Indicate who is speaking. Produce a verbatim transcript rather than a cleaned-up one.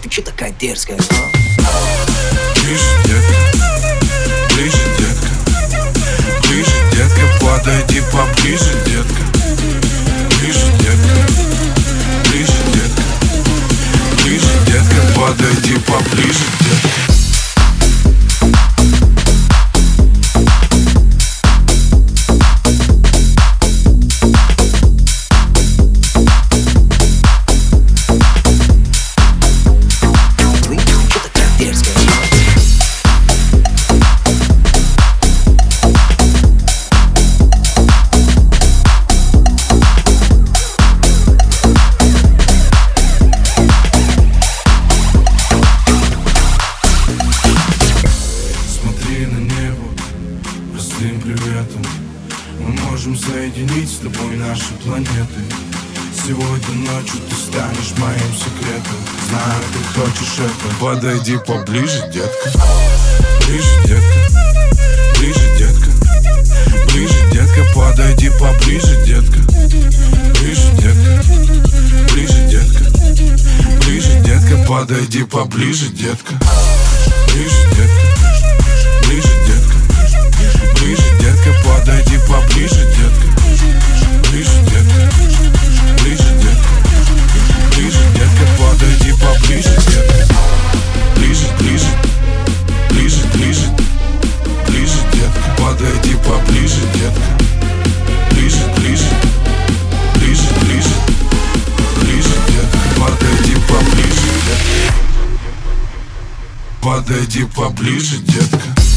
Speaker 1: Ты чё такая дерзкая, а?
Speaker 2: Ближе, детка, ближе, детка, ближе, детка, подойди поближе, детка. Ближе, детка, ближе, детка, ближе, детка, подойди поближе, детка. Простым приветом мы можем соединить с тобой наши планеты. Сегодня ночью ты станешь моим секретом. Знаю, ты хочешь это. Подойди поближе, детка. Ближе, детка, ближе, детка, ближе, детка, подойди поближе, детка. Ближе, детка, ближе, детка, ближе, детка, подойди поближе, детка. Ближе, детка, ближе, детка, ближе, детка, подойди поближе, детка. Ближе, детка, ближе, детка, ближе, детка, подойди поближе, детка. Ближе, ближе, ближе, ближе, ближе, детка, подойди поближе, детка. Ближе, ближе, ближе, ближе, ближе, детка, подойди поближе, детка. Подойди поближе, детка.